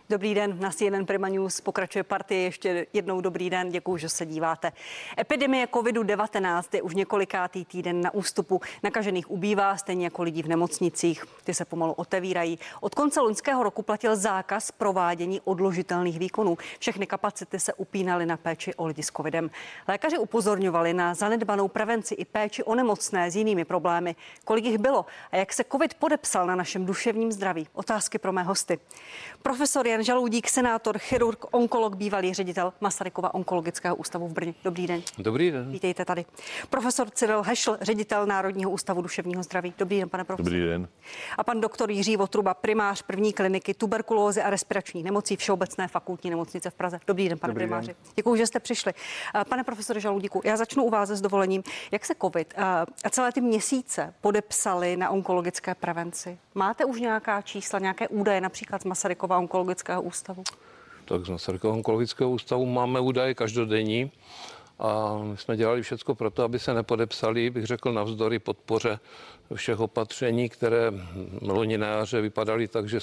Dobrý den, na CNN Prima News pokračuje partie. Ještě jednou dobrý den, děkuji, že se díváte. Epidemie COVID-19 je už několikátý týden na ústupu. Nakažených ubývá, stejně jako lidí v nemocnicích. Ty se pomalu otevírají. Od konce loňského roku platil zákaz provádění odložitelných výkonů. Všechny kapacity se upínaly na péči o lidi s covidem. Lékaři upozorňovali na zanedbanou prevenci i péči o nemocné s jinými problémy. Kolik jich bylo a jak se covid podepsal na našem duševním zdraví? Otázky pro mé hosty. Profesor Jan Žaloudík, senátor, chirurg, onkolog, bývalý ředitel Masarykova onkologického ústavu v Brně. Dobrý den. Dobrý den. Vítejte tady. Profesor Cyril Hešl, ředitel Národního ústavu duševního zdraví. Dobrý den, pane profesor. Dobrý den. A pan doktor Jiří Votruba, primář první kliniky tuberkulózy a respiračních nemocí Všeobecné fakultní nemocnice v Praze. Dobrý den, pane primáři. Děkuji, že jste přišli. Pane profesore Žaloudíku, já začnu u vás s dovolením. Jak se covid a celé ty měsíce podepsaly na onkologické prevenci? Máte už nějaká čísla, nějaké údaje, například z Masarykova onkologického ústavu? Tak z Masarykova onkologického ústavu máme údaje každodenní a my jsme dělali všechno pro to, aby se nepodepsali, bych řekl, navzdory podpoře všech opatření, které loni na jaře vypadaly tak, že s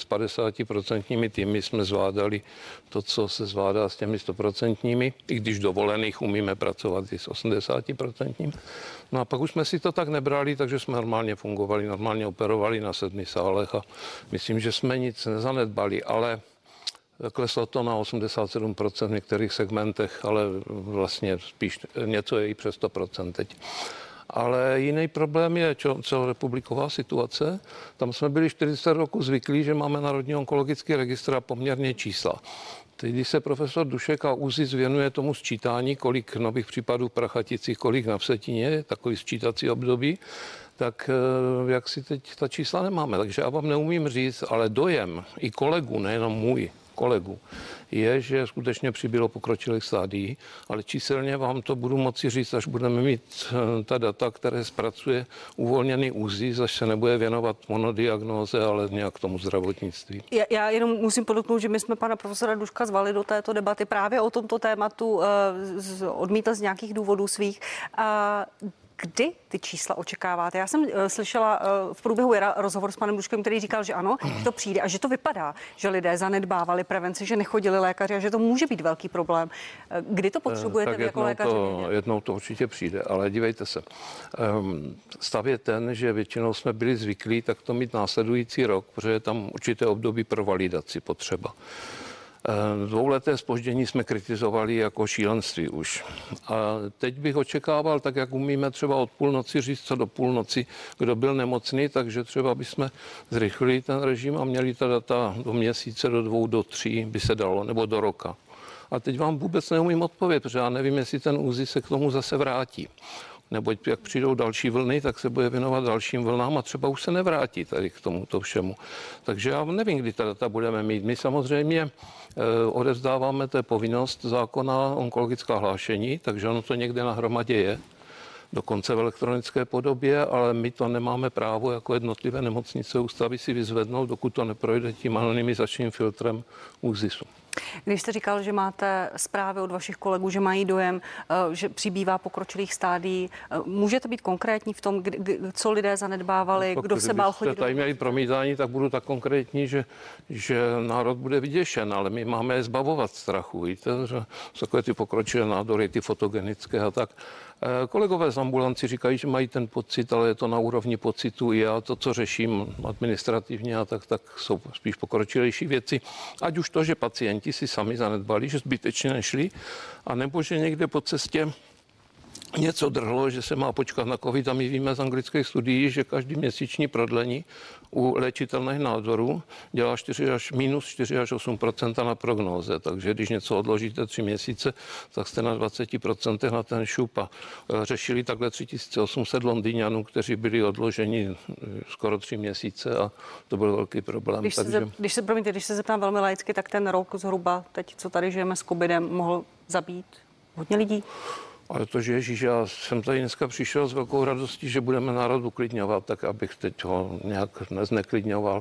50% týmy jsme zvládali to, co se zvládá s těmi 100%, i když dovolených umíme pracovat i s 80%. No a pak už jsme si to tak nebrali, takže jsme normálně fungovali, normálně operovali na 7 sálech a myslím, že jsme nic nezanedbali, ale kleslo to na 87% v některých segmentech, ale vlastně spíš něco je i přes 100% teď. Ale jiný problém je celorepubliková situace. Tam jsme byli 40 roku zvyklí, že máme Národní onkologický registr a poměrně čísla. Teď, když se profesor Dušek a ÚZIS věnuje tomu sčítání, kolik nových případů v Prachaticích, kolik na Vsetíně, takový sčítací období, tak jak si teď ta čísla nemáme. Takže já vám neumím říct, ale dojem i kolegů, nejenom můj, kolegu, je, že skutečně přibylo pokročilých stádií, ale číselně vám to budu moci říct, až budeme mít ta data, které zpracuje uvolněný ÚZIS, až se nebude věnovat monodiagnóze, ale nějak tomu zdravotnictví. Já jenom musím podotknout, že my jsme pana profesora Duška zvali do této debaty právě o tomto tématu, odmítl z nějakých důvodů svých. Kdy ty čísla očekáváte? Já jsem slyšela v průběhu jara rozhovor s panem Duškem, který říkal, že ano, že to přijde a že to vypadá, že lidé zanedbávali prevenci, že nechodili lékaři a že to může být velký problém. Kdy to potřebujete vy jako lékaři? Jednou to určitě přijde, ale dívejte se. Stav je ten, že většinou jsme byli zvyklí tak to mít následující rok, protože je tam určité období pro validaci potřeba. Dvouleté zpoždění jsme kritizovali jako šílenství už. A teď bych očekával, tak jak umíme třeba od půlnoci říct, co do půlnoci, kdo byl nemocný, takže třeba bychom zrychlili ten režim a měli ta data do měsíce, do 2, do 3 by se dalo, nebo do roka. A teď vám vůbec neumím odpovědět, protože já nevím, jestli ten ÚZIS se k tomu zase vrátí. Neboť jak přijdou další vlny, tak se bude věnovat dalším vlnám a třeba už se nevrátí tady k tomuto všemu. Takže já nevím, kdy ta data budeme mít. My samozřejmě odevzdáváme té povinnost zákona onkologická hlášení, takže ono to někde na hromadě je, dokonce v elektronické podobě, ale my to nemáme právo jako jednotlivé nemocnice ústavy si vyzvednout, dokud to neprojde tím anonymizačním filtrem ÚZISu. Když jste říkal, že máte zprávy od vašich kolegů, že mají dojem, že přibývá pokročilých stádií, můžete být konkrétní v tom, co lidé zanedbávali, kdo se bál chodit? Kdybyste tady měli promítání, tak budu tak konkrétní, že národ bude vyděšen, ale my máme je zbavovat strachu, víte, že takové ty pokročilé nádory, ty fotogenické a tak. Kolegové z ambulanci říkají, že mají ten pocit, ale je to na úrovni pocitu i já to, co řeším administrativně a tak jsou spíš pokročilejší věci. Ať už to, že pacienti si sami zanedbali, že zbytečně nešli, anebo že někde po cestě něco drhlo, že se má počkat na covid a my víme z anglických studií, že každý měsíční prodlení u léčitelných nádorů dělá minus 4 až 8% na prognóze. Takže když něco odložíte 3 měsíce, tak jste na 20% na ten šup a řešili takhle 3800 Londýňanů, kteří byli odloženi skoro 3 měsíce a to byl velký problém. Když se zeptám velmi laicky, tak ten rok zhruba teď, co tady žijeme s covidem, mohl zabít hodně lidí? Ale to, že Ježíš, já jsem tady dneska přišel s velkou radostí, že budeme národ uklidňovat, tak abych teď ho nějak nezneklidňoval.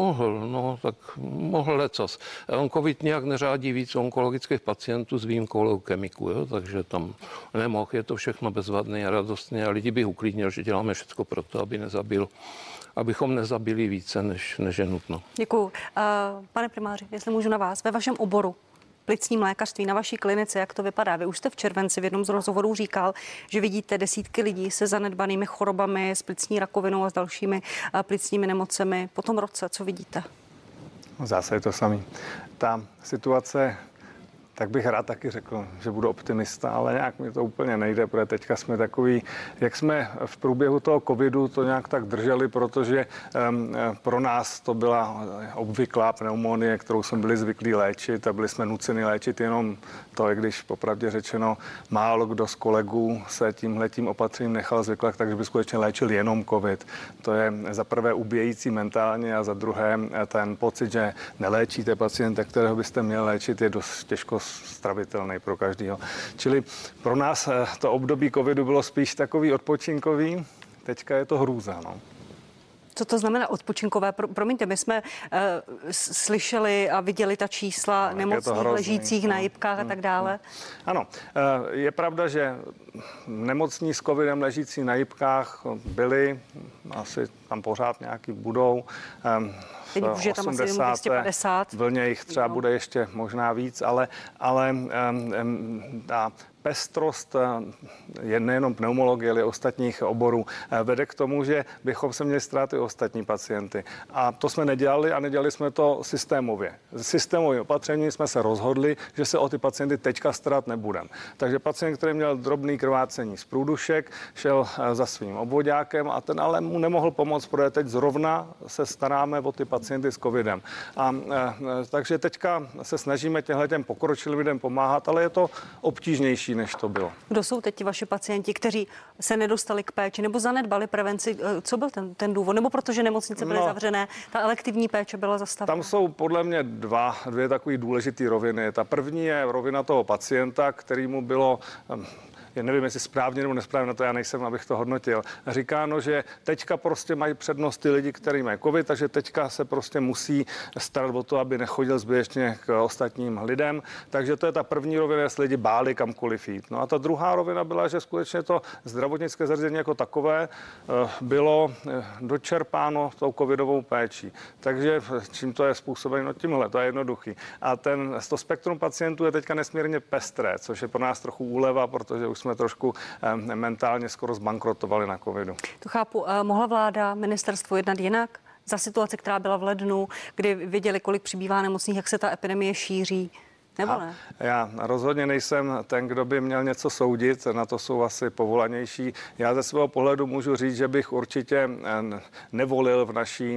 Mohl lecos. On covid nějak neřádí víc onkologických pacientů s výjimkou leukemiků, jo? Takže tam nemohl, je to všechno bezvadné a radostné a lidi bych uklidnil, že děláme všechno pro to, abychom nezabili více, než je nutno. Děkuju. Pane primáři, jestli můžu na vás, ve vašem oboru plicním lékařství, na vaší klinice, jak to vypadá? Vy už jste v červenci v jednom z rozhovorů říkal, že vidíte desítky lidí se zanedbanými chorobami, s plicní rakovinou a s dalšími plicními nemocemi. Po tom roce, co vidíte? Zase je to samý. Ta situace, tak bych rád taky řekl, že budu optimista, ale nějak mi to úplně nejde, protože teďka jsme takový, jak jsme v průběhu toho covidu to nějak tak drželi, protože pro nás to byla obvyklá pneumonie, kterou jsme byli zvyklí léčit a byli jsme nuceni léčit jenom to, i když popravdě řečeno málo kdo z kolegů se tímhletím opatřením nechal zvyklat, takže by skutečně léčil jenom covid. To je za prvé ubíjející mentálně a za druhé ten pocit, že neléčíte pacienta, kterého byste měl léčit, je dost těžko stravitelný pro každého. Čili pro nás to období covidu bylo spíš takový odpočinkový, teďka je to hrůza. No. Co to znamená odpočinkové? Promiňte, my jsme slyšeli a viděli ta čísla nemocných, ležících na jipkách a tak dále. Ano, je pravda, že nemocní s covidem ležící na jipkách byli, asi tam pořád nějaký budou. Teď už je tam asi 250. Vlně jich třeba bude ještě možná víc, ale ta pestrost je nejenom pneumologie, ale i ostatních oborů vede k tomu, že bychom se měli starat i ostatní pacienty. A to jsme nedělali a nedělali jsme to systémově. Systémovým opatřením jsme se rozhodli, že se o ty pacienty teďka starat nebudeme. Takže pacient, který měl drobný krvácení z průdušek, šel za svým obvoďákem a ten ale mu nemohl pomoct, protože teď zrovna se staráme o ty pacienty s covidem. Takže teďka se snažíme těmhletěm pokročilým lidem pomáhat, ale je to obtížnější, než to bylo. Kdo jsou teď ti vaši pacienti, kteří se nedostali k péči nebo zanedbali prevenci? Co byl ten důvod? Nebo protože nemocnice byly zavřené, ta elektivní péče byla zastavena? Tam jsou podle mě dvě takové důležité roviny. Ta první je rovina toho pacienta, kterýmu bylo nevím, jestli správně nebo nesprávně, na to já nejsem, abych to hodnotil. Říkáno, že teďka prostě mají přednost ty lidi, kteří mají covid, takže teďka se prostě musí starat o to, aby nechodil zběžně k ostatním lidem. Takže to je ta první rovina, jestli lidi báli kamkoliv jít. No a ta druhá rovina byla, že skutečně to zdravotnické zařízení jako takové bylo dočerpáno tou covidovou péčí. Takže čím to je způsobeno? No tímhle, to je jednoduchý. A to spektrum pacientů je teďka nesmírně pestré, což je pro nás trochu úleva, protože už jsme trošku mentálně skoro zbankrotovali na covidu. To chápu. Mohla vláda, ministerstvo jednat jinak za situace, která byla v lednu, kdy viděli, kolik přibývá nemocných, jak se ta epidemie šíří? Nebo ne? Já rozhodně nejsem ten, kdo by měl něco soudit, na to jsou asi povolanější. Já ze svého pohledu můžu říct, že bych určitě nevolil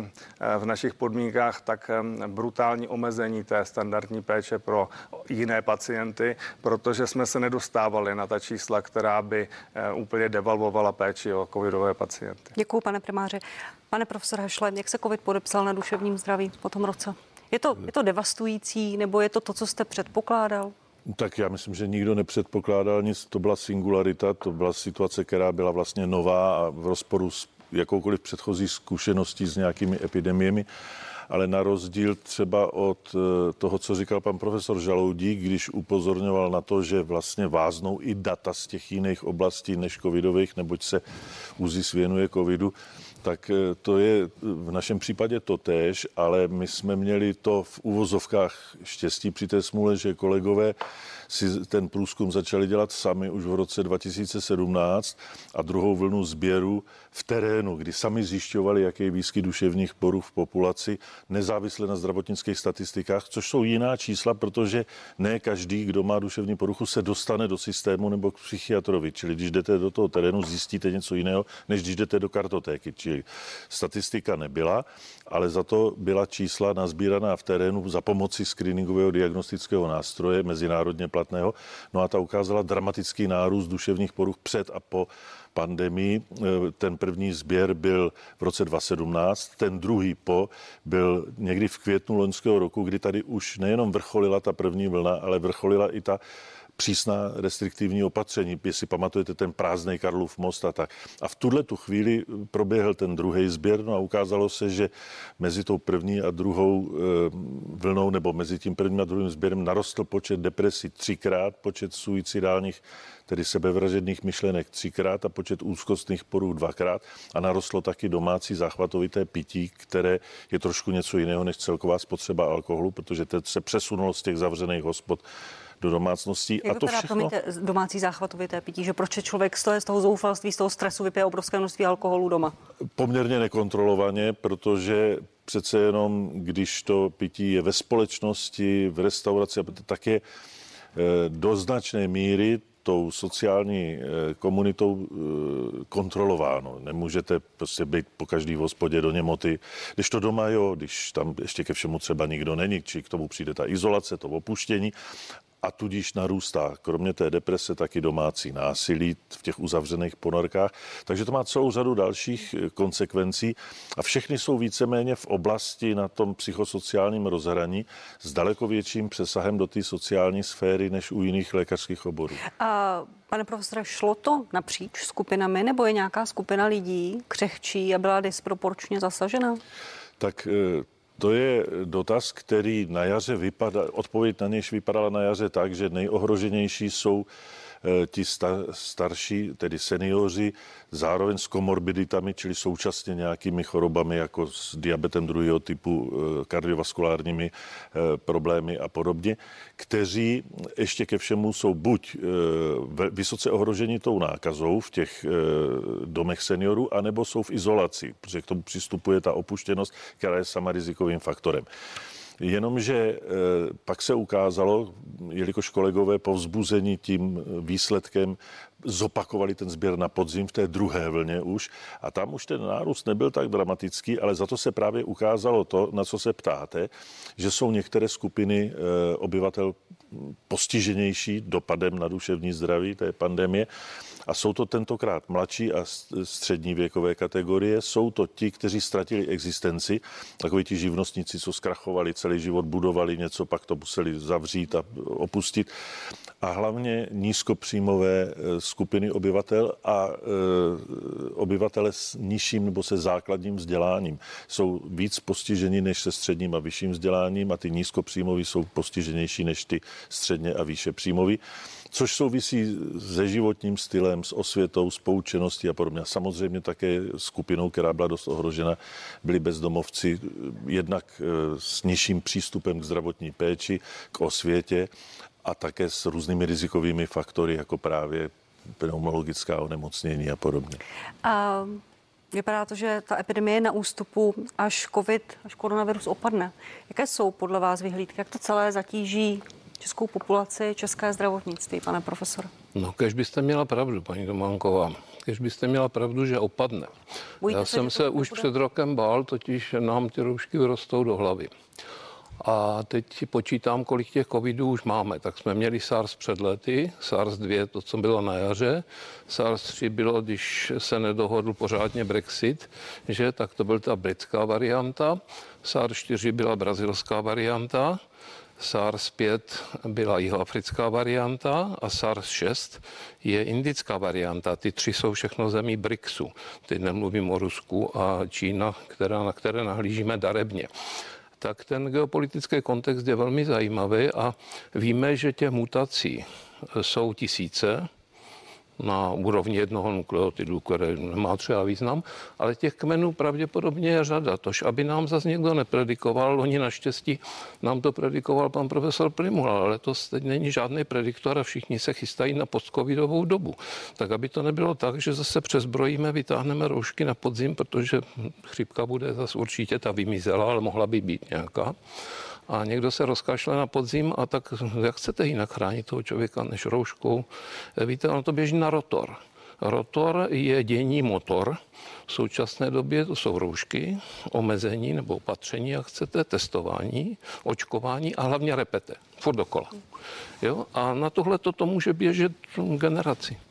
v našich podmínkách tak brutální omezení té standardní péče pro jiné pacienty, protože jsme se nedostávali na ta čísla, která by úplně devalvovala péči o covidové pacienty. Děkuju, pane primáři. Pane profesor Hašle, jak se covid podepsal na duševním zdraví po tom roce? Je to devastující, nebo je to, co jste předpokládal? Tak já myslím, že nikdo nepředpokládal nic. To byla singularita, to byla situace, která byla vlastně nová a v rozporu s jakoukoliv předchozí zkušeností s nějakými epidemiemi. Ale na rozdíl třeba od toho, co říkal pan profesor Žaloudík, když upozorňoval na to, že vlastně váznou i data z těch jiných oblastí než covidových, neboť se ÚZIS věnuje covidu, tak to je v našem případě totéž, ale my jsme měli to v uvozovkách štěstí při té smůle, že kolegové si ten průzkum začali dělat sami už v roce 2017 a druhou vlnu sběru v terénu, kdy sami zjišťovali, jaký je výskyt duševních poruch v populaci, nezávisle na zdravotnických statistikách, což jsou jiná čísla, protože ne každý, kdo má duševní poruchu, se dostane do systému nebo k psychiatrovi. Čili když jdete do toho terénu, zjistíte něco jiného, než když jdete do kartotéky. Čili statistika nebyla, ale za to byla čísla nazbíraná v terénu za pomoci screeningového diagnostického nástroje mezinárodně platného. No a ta ukázala dramatický nárůst duševních poruch před a po pandemii. Ten první sběr byl v roce 2017, ten druhý byl někdy v květnu loňského roku, kdy tady už nejenom vrcholila ta první vlna, ale vrcholila i ta přísná restriktivní opatření. Jestli pamatujete ten prázdnej Karlův most a tak. A v tuhle tu chvíli proběhl ten druhý sběr, no a ukázalo se, že mezi tou první a druhou vlnou, nebo mezi tím prvním a druhým sběrem narostl počet depresí 3krát, počet suicidálních, tedy sebevražedných myšlenek 3krát a počet úzkostných poruch 2krát a narostlo taky domácí záchvatovité pití, které je trošku něco jiného než celková spotřeba alkoholu, protože teď se přesunulo z těch zavřených hospod do domácností. Jak a to teda, všechno... promiňte, domácí záchvatovité pití, že proč člověk z toho zoufalství, z toho stresu vypije obrovské množství alkoholu doma? Poměrně nekontrolovaně, protože přece jenom, když to pití je ve společnosti, v restauraci, tak je do značné míry tou sociální komunitou kontrolováno. Nemůžete prostě být po každý v hospodě do němoty. Když to doma, jo, když tam ještě ke všemu třeba nikdo není, či k tomu přijde ta izolace, to opuštění, a tudíž narůstá kromě té deprese taky domácí násilí v těch uzavřených ponorkách. Takže to má celou řadu dalších konsekvencí a všechny jsou víceméně v oblasti na tom psychosociálním rozhraní s daleko větším přesahem do té sociální sféry než u jiných lékařských oborů. A pane profesore, šlo to napříč skupinami, nebo je nějaká skupina lidí křehčí a byla disproporčně zasažena? Tak to je dotaz, který na jaře odpověď na nějž vypadala na jaře tak, že nejohroženější jsou ti starší, tedy seniori, zároveň s komorbiditami, čili současně nějakými chorobami, jako s diabetem druhého typu, kardiovaskulárními problémy a podobně, kteří ještě ke všemu jsou buď vysoce ohroženi tou nákazou v těch domech seniorů, anebo jsou v izolaci, protože k tomu přistupuje ta opuštěnost, která je sama rizikovým faktorem. Jenomže pak se ukázalo, jelikož kolegové povzbuzení tím výsledkem zopakovali ten sběr na podzim v té druhé vlně už a tam už ten nárůst nebyl tak dramatický, ale za to se právě ukázalo to, na co se ptáte, že jsou některé skupiny obyvatel postiženější dopadem na duševní zdraví té pandemie a jsou to tentokrát mladší a střední věkové kategorie. Jsou to ti, kteří ztratili existenci, takoví ti živnostníci, co zkrachovali, celý život budovali něco, pak to museli zavřít a opustit. A hlavně nízkopříjmové skupiny obyvatel a obyvatele s nižším nebo se základním vzděláním jsou víc postiženi než se středním a vyšším vzděláním a ty nízkopříjmoví jsou postiženější než ty středně a výše příjmoví, což souvisí se životním stylem, s osvětou, s poučeností a podobně. Samozřejmě také skupinou, která byla dost ohrožena, byli bezdomovci, jednak s nižším přístupem k zdravotní péči, k osvětě a také s různými rizikovými faktory, jako právě pneumologická onemocnění a podobně. A vypadá to, že ta epidemie je na ústupu, až koronavirus opadne. Jaké jsou podle vás vyhlídky? Jak to celé zatíží českou populaci, české zdravotnictví, pane profesor? No, kež byste měla pravdu, paní Tománková. Kež byste měla pravdu, že opadne. Já jsem se už před rokem bál, totiž nám ty roušky rostou do hlavy. A teď počítám, kolik těch covidů už máme. Tak jsme měli SARS před lety, SARS 2, to, co bylo na jaře. SARS 3 bylo, když se nedohodl pořádně Brexit, že tak to byla ta britská varianta. SARS 4 byla brazilská varianta. SARS 5 byla jihoafrická varianta a SARS 6 je indická varianta. Ty tři jsou všechno zemí BRICSu. Teď nemluvím o Rusku a Čína, na které nahlížíme darebně. Tak ten geopolitický kontext je velmi zajímavý a víme, že těch mutací jsou tisíce na úrovni jednoho nukleotidu, které nemá třeba význam, ale těch kmenů pravděpodobně je řada. Tož, aby nám zase někdo nepredikoval, oni naštěstí nám to predikoval pan profesor Prymula, ale letos teď není žádný prediktor a všichni se chystají na postcovidovou dobu. Tak aby to nebylo tak, že zase přezbrojíme, vytáhneme roušky na podzim, protože chřipka bude zase určitě, ta vymizela, ale mohla by být nějaká. A někdo se rozkašle na podzim a tak jak chcete jinak chránit toho člověka než rouškou? Víte, ono to běží na rotor. Rotor je dějní motor. V současné době to jsou roušky, omezení nebo opatření, jak chcete, testování, očkování a hlavně repete. Furt dokola. Jo? A na tohle to může běžet generaci.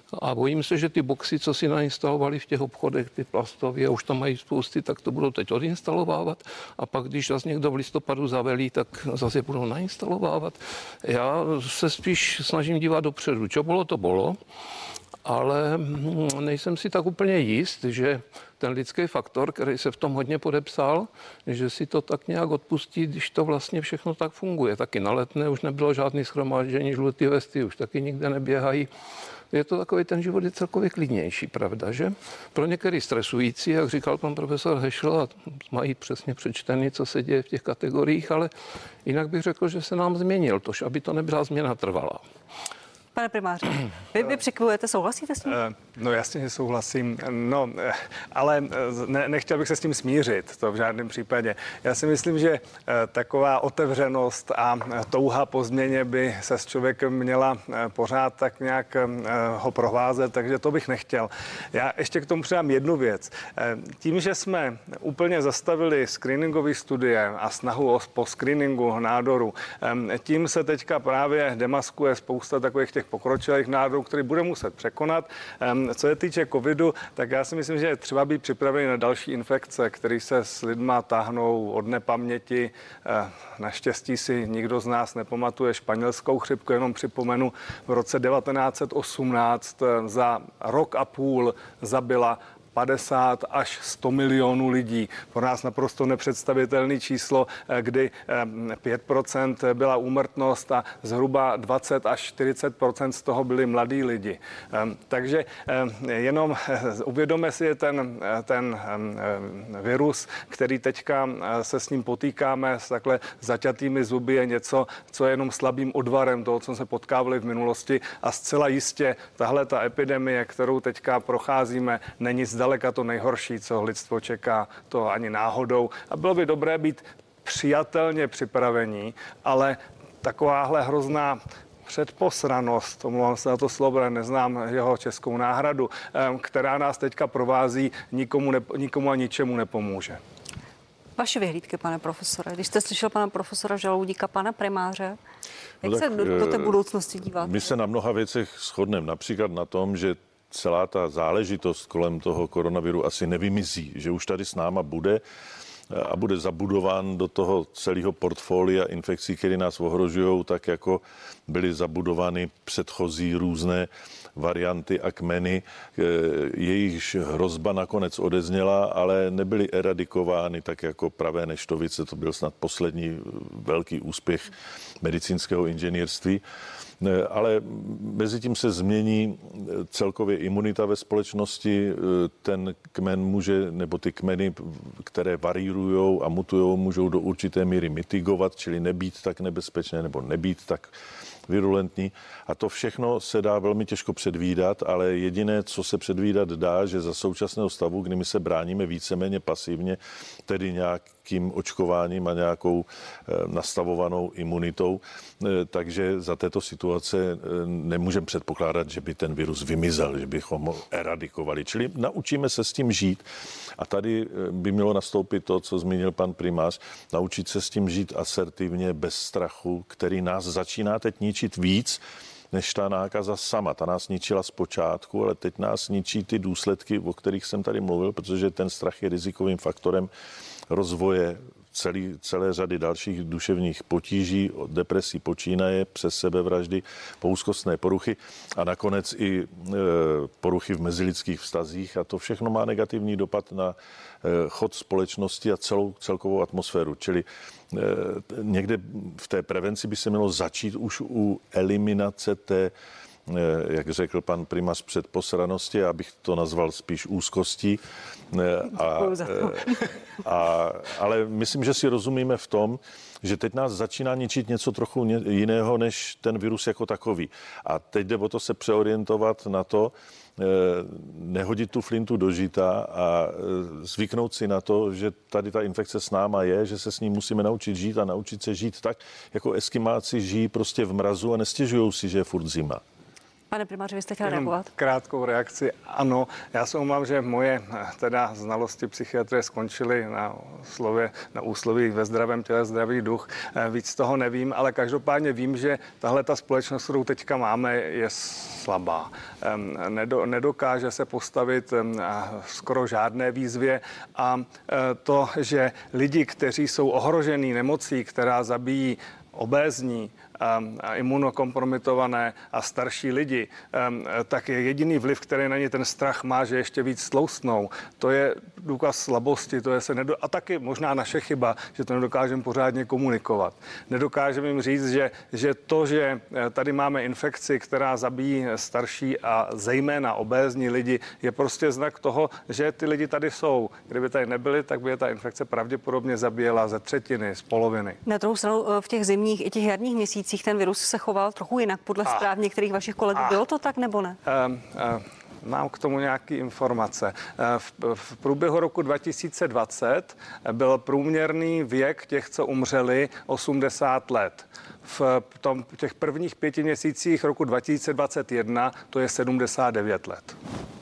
A bojím se, že ty boxy, co si nainstalovali v těch obchodech, ty plastové, a už tam mají spousty, tak to budou teď odinstalovávat. A pak, když zase někdo v listopadu zavelí, tak zase budou nainstalovávat. Já se spíš snažím dívat dopředu. Co bylo, to bylo. Ale nejsem si tak úplně jist, že ten lidský faktor, který se v tom hodně podepsal, že si to tak nějak odpustí, když to vlastně všechno tak funguje. Taky na Letné už nebylo žádný shromáždění, žlutý vesty už taky nikde neběhají. Je to takový, ten život je celkově klidnější, pravda, že? Pro některý stresující, jak říkal pan profesor Hešl, a mají přesně přečtený, co se děje v těch kategoriích, ale jinak bych řekl, že se nám změnil to, aby to nebyla změna trvalá. Pane primáře, vy přikvujete, souhlasíte s tím? No jasně, že souhlasím, ale nechtěl bych se s tím smířit, to v žádném případě. Já si myslím, že taková otevřenost a touha po změně by se s člověkem měla pořád tak nějak ho provázet, takže to bych nechtěl. Já ještě k tomu přidám jednu věc. Tím, že jsme úplně zastavili screeningové studie a snahu po screeningu nádoru, tím se teďka právě demaskuje spousta takových těch pokročilých nádorů, který bude muset překonat. Co se týče covidu, tak já si myslím, že je třeba být připravený na další infekce, které se s lidma táhnou od nepaměti. Naštěstí si nikdo z nás nepamatuje španělskou chřipku, jenom připomenu, v roce 1918 za rok a půl zabila 50 až 100 milionů lidí. Pro nás naprosto nepředstavitelné číslo, kdy 5% byla úmrtnost a zhruba 20 až 40% z toho byli mladí lidi. Takže jenom uvědomme si ten virus, který teďka se s ním potýkáme s takhle zaťatými zuby, je něco, co je jenom slabým odvarem toho, co jsme se potkávali v minulosti, a zcela jistě tahle ta epidemie, kterou teďka procházíme, není zdaleka to nejhorší, co lidstvo čeká, to ani náhodou. A bylo by dobré být přijatelně připravení, ale takováhle hrozná předposranost, omlouvám se na to slovo, neznám jeho českou náhradu, která nás teďka provází, nikomu a ničemu nepomůže. Vaše vyhlídky, pane profesore, když jste slyšel pana profesora Žaloudíka, pana primáře, jak se do té budoucnosti díváte? My se na mnoha věcech shodneme, například na tom, že celá ta záležitost kolem toho koronaviru asi nevymizí, že už tady s náma bude a bude zabudován do toho celého portfolia infekcí, které nás ohrožují, tak jako byly zabudovány předchozí různé varianty a kmeny. Jejichž hrozba nakonec odezněla, ale nebyly eradikovány tak jako pravé neštovice. To byl snad poslední velký úspěch medicínského inženýrství. Ale mezi tím se změní celkově imunita ve společnosti. Ten kmen může, nebo ty kmeny, které varírujou a mutujou, můžou do určité míry mitigovat, čili nebýt tak nebezpečné nebo nebýt tak virulentní. A to všechno se dá velmi těžko předvídat, ale jediné, co se předvídat dá, že za současného stavu, kdy my se bráníme víceméně pasivně, tedy nějakým očkováním a nějakou nastavovanou imunitou, takže za této situace nemůžeme předpokládat, že by ten virus vymizel, že bychom ho eradikovali. Čili naučíme se s tím žít. A tady by mělo nastoupit to, co zmínil pan primář, naučit se s tím žít asertivně, bez strachu, který nás začíná teď ničit víc, než ta nákaza sama. Ta nás ničila zpočátku, ale teď nás ničí ty důsledky, o kterých jsem tady mluvil, protože ten strach je rizikovým faktorem rozvoje celé řady dalších duševních potíží, od depresí počínaje přes sebevraždy, po úzkostné poruchy a nakonec i poruchy v mezilidských vztazích, a to všechno má negativní dopad na chod společnosti a celkovou atmosféru. Čili někde v té prevenci by se mělo začít už u eliminace té, jak řekl pan primář, předposranosti, abych to nazval spíš úzkostí. Ale myslím, že si rozumíme v tom, že teď nás začíná ničit něco trochu jiného než ten virus jako takový. A teď jde o to se přeorientovat na to, nehodit tu flintu do žita a zvyknout si na to, že tady ta infekce s náma je, že se s ní musíme naučit žít a naučit se žít tak, jako Eskimáci žijí prostě v mrazu a nestěžují si, že je furt zima. Pane primáři, vy jste chtěl reagovat? Krátkou reakci. Ano, já se omlouvám, že moje teda znalosti psychiatrie skončily na úsloví ve zdravém těle zdravý duch. Víc toho nevím, ale každopádně vím, že tahle ta společnost, kterou teďka máme, je slabá. Nedokáže se postavit skoro žádné výzvě a to, že lidi, kteří jsou ohrožený nemocí, která zabíjí obézní, imunokompromitované a starší lidi, tak je jediný vliv, který na ně ten strach má, že ještě víc tloustnou. To je důkaz slabosti, a taky možná naše chyba, že to nedokážeme pořádně komunikovat. Nedokážeme jim říct, že to, že tady máme infekci, která zabíjí starší a zejména obézní lidi, je prostě znak toho, že ty lidi tady jsou. Kdyby tady nebyli, tak by je ta infekce pravděpodobně zabíjela ze třetiny, z poloviny. Na druhou stranu v těch zimních i těch jarních měsících ten virus se choval trochu jinak podle zpráv některých vašich kolegů. Bylo to tak nebo ne? Mám k tomu nějaké informace. V průběhu roku 2020 byl průměrný věk těch, co umřeli, 80 let. V těch prvních 5 měsících roku 2021 to je 79 let.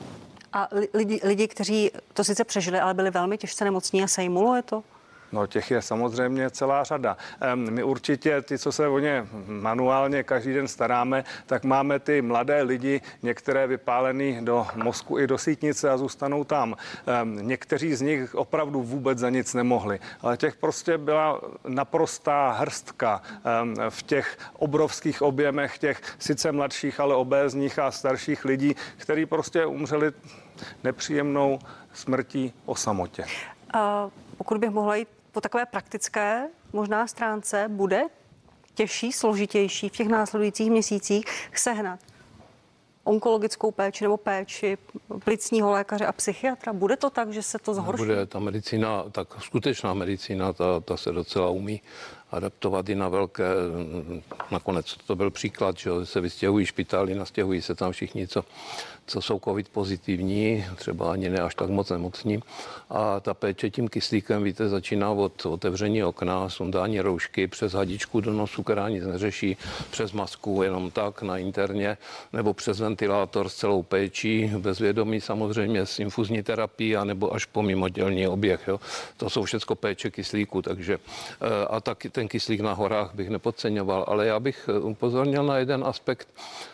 A lidi, kteří to sice přežili, ale byli velmi těžce nemocní a sejmulo je to? No, těch je samozřejmě celá řada. My určitě, ty, co se o ně manuálně každý den staráme, tak máme ty mladé lidi, některé vypálený do mozku i do sítnice a zůstanou tam. Někteří z nich opravdu vůbec za nic nemohli, ale těch prostě byla naprostá hrstka v těch obrovských objemech těch sice mladších, ale obézních a starších lidí, kteří prostě umřeli nepříjemnou smrtí o samotě. Pokud bych mohla jít po takové praktické možná stránce, bude těžší, složitější v těch následujících měsících sehnat onkologickou péči nebo péči plicního lékaře a psychiatra? Bude to tak, že se to zhorší? Bude ta medicína, tak skutečná medicína, ta se docela umí adaptovat i na velké, nakonec to byl příklad, že se vystěhují špitály, nastěhují se tam všichni, co jsou covid pozitivní, třeba ani ne až tak moc nemocní. A ta péče tím kyslíkem, víte, začíná od otevření okna, sundání roušky, přes hadičku do nosu, která nic neřeší, přes masku jenom tak na interně, nebo přes ventilátor s celou péčí, bezvědomí samozřejmě s infuzní terapií, anebo až po mimodělní oběh. Jo. To jsou všechno péče kyslíku, takže a taky ten kyslík na horách bych nepodceňoval, ale já bych upozornil na jeden aspekt,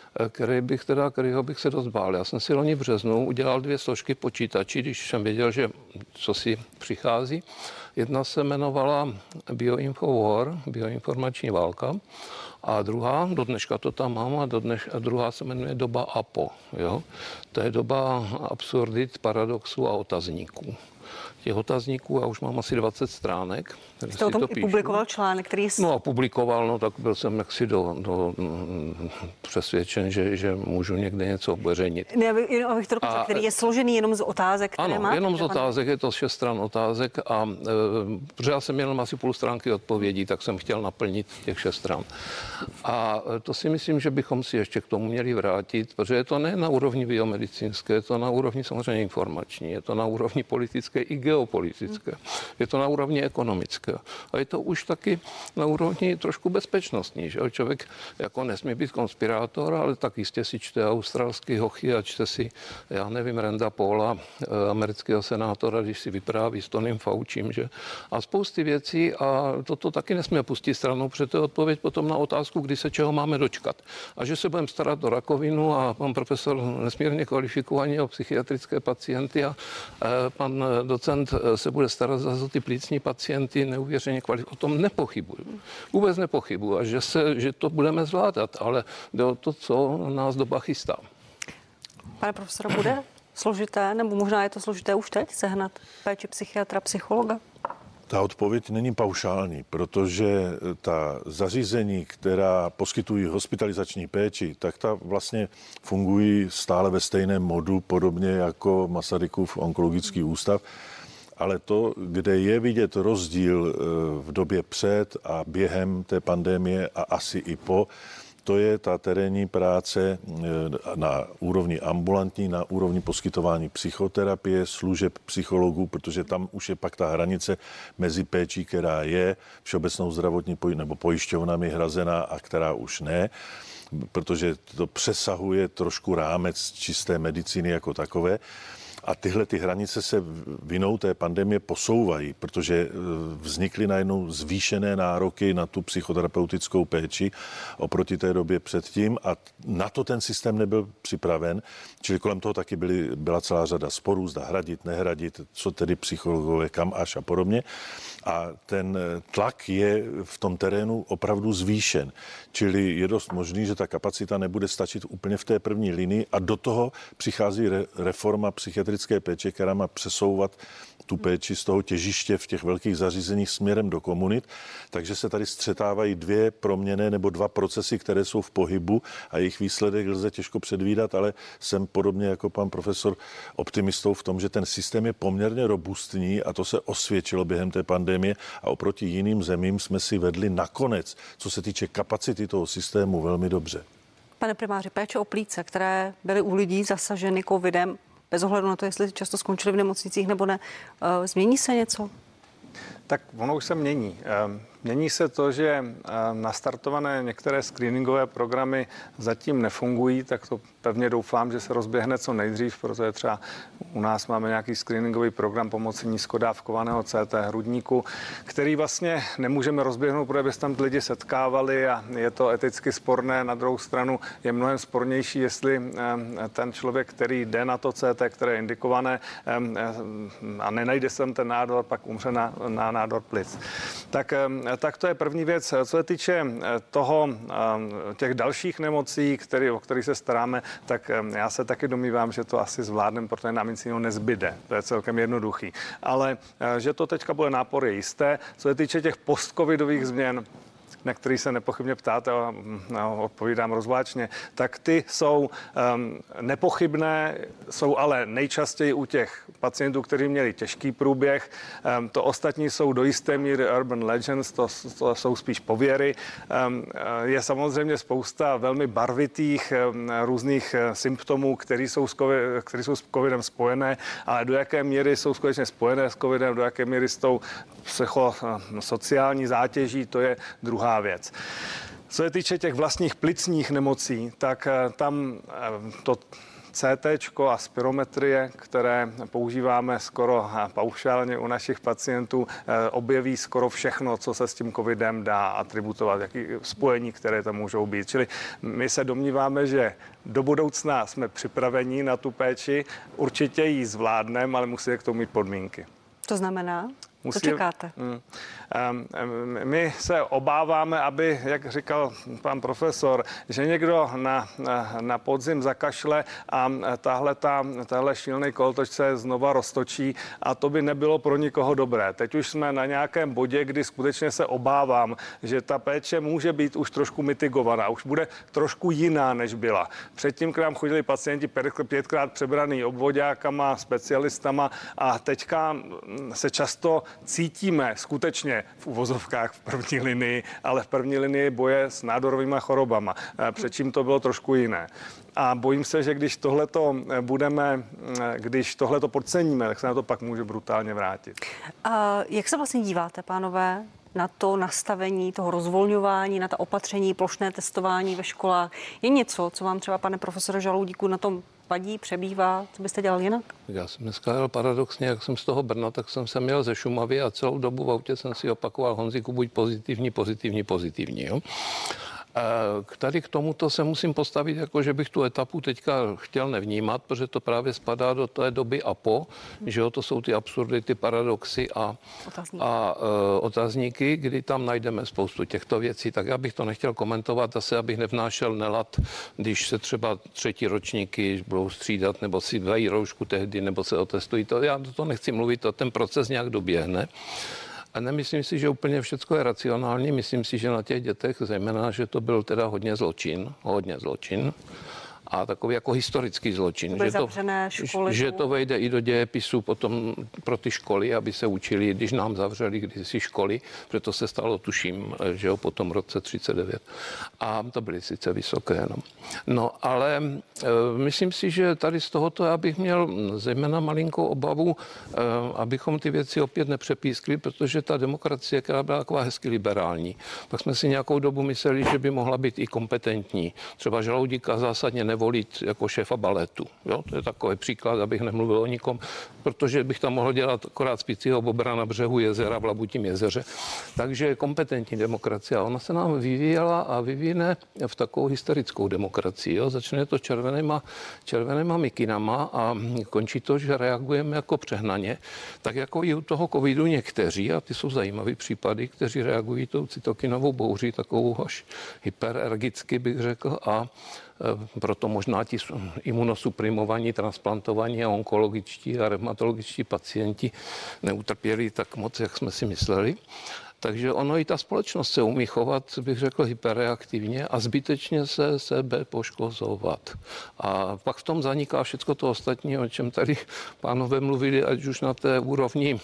kterého bych se dost bál. Já jsem si loni v březnu udělal 2 složky počítači, když jsem věděl, že co si přichází. Jedna se jmenovala Bioinfo War, bioinformační válka, a druhá, do dneška to tam mám, a druhá se jmenuje doba APO. Jo? To je doba absurdit, paradoxů a otazníků. Těch otazníků já už mám asi 20 stránek. Jste o tom i publikoval článek, který... Tak byl jsem jaksi přesvědčen, že můžu někde něco uveřejnit. Ne, abych to dokončil, který je složený jenom z otázek, které máte? Ano, jenom z otázek, je to 6 stran otázek a protože já jsem jenom asi půl stránky odpovědí, tak jsem chtěl naplnit těch 6 stran. A to si myslím, že bychom si ještě k tomu měli vrátit, protože je to ne na úrovni biomedicínské, je to na úrovni samozřejmě informační, je to na úrovni politické i geopolitické, je to na úrovni ekonomické. A je to už taky na úrovni trošku bezpečnostní, že člověk jako nesmí být konspirátor, ale tak jistě si čte australský hochy a čte si, já nevím, Randa Paula, amerického senátora, když si vypráví s Tonym Faucim, že a spousty věcí a toto taky nesmíme pustit stranou, protože to je odpověď potom na otázku, kdy se čeho máme dočkat. A že se budeme starat o rakovinu a pan profesor nesmírně kvalifikovaný o psychiatrické pacienty a pan docent se bude starat za ty plicní pacienty neuvěřeně kvalifikovaný. O tom nepochybuju. Vůbec nepochybuju. A že to budeme zvládat, ale jde o to, co nás doba chystá. Pane profesore, bude složité, nebo možná je to složité už teď sehnat péči psychiatra, psychologa? Ta odpověď není paušální, protože ta zařízení, která poskytují hospitalizační péči, tak ta vlastně fungují stále ve stejném modu, podobně jako Masarykův onkologický ústav. Ale to, kde je vidět rozdíl v době před a během té pandemie a asi i po, to je ta terénní práce na úrovni ambulantní, na úrovni poskytování psychoterapie, služeb psychologů, protože tam už je pak ta hranice mezi péčí, která je všeobecnou zdravotní nebo pojišťovnami hrazená a která už ne, protože to přesahuje trošku rámec čisté medicíny jako takové. A tyhle ty hranice se vinou té pandemie posouvají, protože vznikly najednou zvýšené nároky na tu psychoterapeutickou péči oproti té době předtím a na to ten systém nebyl připraven, čili kolem toho taky byla celá řada sporů, zda hradit, nehradit, co tedy psychologové, kam až a podobně. A ten tlak je v tom terénu opravdu zvýšen, čili je dost možný, že ta kapacita nebude stačit úplně v té první linii a do toho přichází reforma psychiatrické péče, která má přesouvat tu péči z toho těžiště v těch velkých zařízeních směrem do komunit, takže se tady střetávají dvě proměny nebo dva procesy, které jsou v pohybu a jejich výsledek lze těžko předvídat, ale jsem podobně jako pan profesor optimistou v tom, že ten systém je poměrně robustní a to se osvědčilo během té pandemie a oproti jiným zemím jsme si vedli nakonec, co se týče kapacity toho systému, velmi dobře. Pane primáři, péče o plíce, které byly u lidí zasaženy covidem, bez ohledu na to, jestli často skončili v nemocnicích nebo ne, změní se něco? Tak ono už se mění. Mění se to, že nastartované některé screeningové programy zatím nefungují, tak to pevně doufám, že se rozběhne co nejdřív, protože třeba u nás máme nějaký screeningový program pomocí nízkodávkovaného CT hrudníku, který vlastně nemůžeme rozběhnout, protože by se tam lidi setkávali a je to eticky sporné. Na druhou stranu je mnohem spornější, jestli ten člověk, který jde na to CT, které je indikované a nenajde se tam ten nádor, pak umře na nádor plic. Tak to je první věc. Co se týče těch dalších nemocí, o kterých se staráme, tak já se taky domnívám, že to asi zvládneme, protože nám nic jiného nezbyde. To je celkem jednoduchý. Ale že to teďka bude nápor, je jisté. Co se týče těch postcovidových změn, na který se nepochybně ptáte a odpovídám rozvláčně, tak ty jsou nepochybné, jsou ale nejčastěji u těch pacientů, kteří měli těžký průběh. To ostatní jsou do jisté míry urban legends, to jsou spíš pověry. Je samozřejmě spousta velmi barvitých různých symptomů, které jsou s covidem spojené, ale do jaké míry jsou skutečně spojené s covidem, do jaké míry s tou psychosociální zátěží, to je druhá věc. Co se týče těch vlastních plicních nemocí, tak tam to CTčko a spirometrie, které používáme skoro paušálně u našich pacientů, objeví skoro všechno, co se s tím covidem dá atributovat, jaký spojení, které tam můžou být. Čili my se domníváme, že do budoucna jsme připraveni na tu péči, určitě ji zvládneme, ale musíme k tomu mít podmínky. To znamená? Co čekáte? My se obáváme, aby, jak říkal pan profesor, že někdo na podzim zakašle a tahle šílený kolotoč se znova roztočí a to by nebylo pro nikoho dobré. Teď už jsme na nějakém bodě, kdy skutečně se obávám, že ta péče může být už trošku mitigovaná, už bude trošku jiná, než byla. Předtím k nám chodili pacienti 5krát přebraný obvoďákama, specialistama a teďka se často cítíme skutečně v uvozovkách v první linii, ale v první linii boje s nádorovými chorobama. Předtím to bylo trošku jiné. A bojím se, že když tohleto podceníme, tak se na to pak může brutálně vrátit. A jak se vlastně díváte, pánové, na to nastavení toho rozvolňování, na ta opatření, plošné testování ve školách? Je něco, co vám třeba, pane profesore Žaloudíku, na tom vadí, přebývá? Co byste dělal jinak? Já jsem dneska jel paradoxně, jak jsem z toho Brna, tak jsem se měl ze Šumavy a celou dobu v autě jsem si opakoval: Honzíku, buď pozitivní. Jo? Tady k tomuto se musím postavit, jako že bych tu etapu teďka chtěl nevnímat, protože to právě spadá do té doby a po, že jo, to jsou ty absurdity, paradoxy a otazníky, kdy tam najdeme spoustu těchto věcí, tak já bych to nechtěl komentovat, zase abych nevnášel nelad, když se třeba třetí ročníky budou střídat, nebo si dají roušku tehdy, nebo se otestují, já to nechci mluvit, ten proces nějak doběhne. A nemyslím si, že úplně všechno je racionální. Myslím si, že na těch dětech, zejména, že to byl teda hodně zločin. a takový jako historický zločin. Že to vejde i do dějepisu potom pro ty školy, aby se učili, když nám zavřeli kdysi školy, proto se stalo, tuším, že jo, po tom roce 39. A to byly sice vysoké. No ale myslím si, že tady z tohoto já bych měl zejména malinkou obavu, abychom ty věci opět nepřepískli, protože ta demokracie, která byla taková hezky liberální, pak jsme si nějakou dobu mysleli, že by mohla být i kompetentní. Třeba Žaloudíka zásadně nevolit jako šéfa baletu. Jo? To je takový příklad, abych nemluvil o nikom, protože bych tam mohl dělat akorát spícího bobra na břehu jezera v Labutím jezeře. Takže kompetentní demokracie. Ona se nám vyvíjela a vyvíjene v takovou historickou demokracii. Jo? Začne to červenýma mikinama a končí to, že reagujeme jako přehnaně. Tak jako i u toho covidu někteří, a ty jsou zajímavý případy, kteří reagují tou cytokinovou bouří, takovou až hyperergicky bych řekl, a proto možná ti imunosuprimovaní, transplantovaní a onkologičtí a revmatologičtí pacienti neutrpěli tak moc, jak jsme si mysleli. Takže ono i ta společnost se umí chovat, bych řekl, hyperreaktivně a zbytečně se sebe poškozovat. A pak v tom zaniká všechno to ostatní, o čem tady pánové mluvili, ať už na té úrovni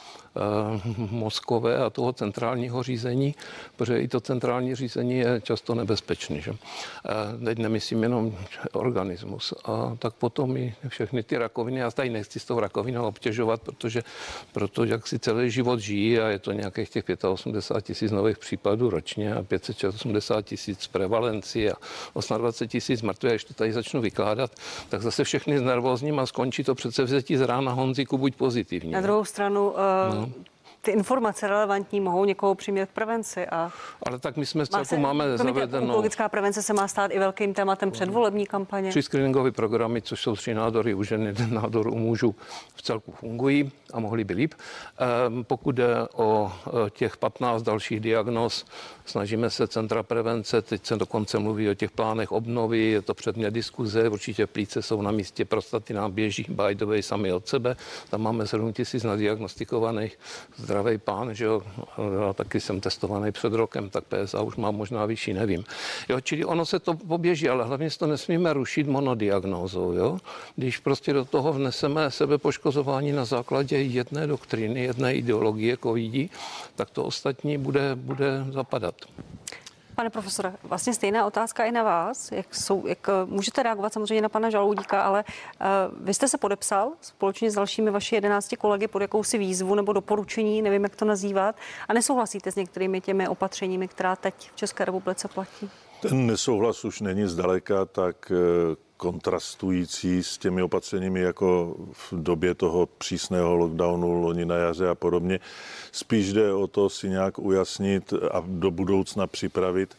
mozkové a toho centrálního řízení, protože i to centrální řízení je často nebezpečné. Že? Teď nemyslím jenom organismus. A tak potom i všechny ty rakoviny, já tady nechci s tou rakovinou obtěžovat, protože jak si celý život žijí a je to nějakých těch 85 000 nových případů ročně a 580 000 prevalenci a 28 000 mrtvých, až to tady začnu vykládat, tak zase všechny s nervózním a skončí to předsevzetí z rána Honzíku buď pozitivní. Na druhou stranu ty informace relevantní mohou někoho přimět k prevenci. Ale tak my jsme máme zavedenou. Onkologická prevence se má stát i velkým tématem předvolební kampaně. 3 screeningové programy, což jsou 3 nádory u žen, 1 nádor u mužů, v celku fungují a mohly by líp. Pokud jde o těch 15 dalších diagnóz, snažíme se centra prevence, teď se dokonce mluví o těch plánech obnovy, je to předmět diskuze, určitě plíce jsou na místě, prostaty nám běží by the way sami od sebe, tam máme 7 000 nadiagnostikovaných, zdravý pán, že jo, já taky jsem testovaný před rokem, tak PSA už mám možná vyšší, nevím. Jo, čili ono se to poběží, ale hlavně to nesmíme rušit monodiagnózou, jo. Když prostě do toho vneseme sebepoškozování na základě jedné doktríny, jedné ideologie covidí, tak to ostatní bude zapadat. Pane profesore, vlastně stejná otázka i na vás. Jak můžete reagovat samozřejmě na pana Žaloudíka, ale vy jste se podepsal společně s dalšími vaši 11 kolegy pod jakousi výzvu nebo doporučení, nevím, jak to nazývat, a nesouhlasíte s některými těmi opatřeními, která teď v České republice platí? Ten nesouhlas už není zdaleka tak kontrastující s těmi opatřeními jako v době toho přísného lockdownu loni na jaře a podobně. Spíš jde o to si nějak ujasnit a do budoucna připravit,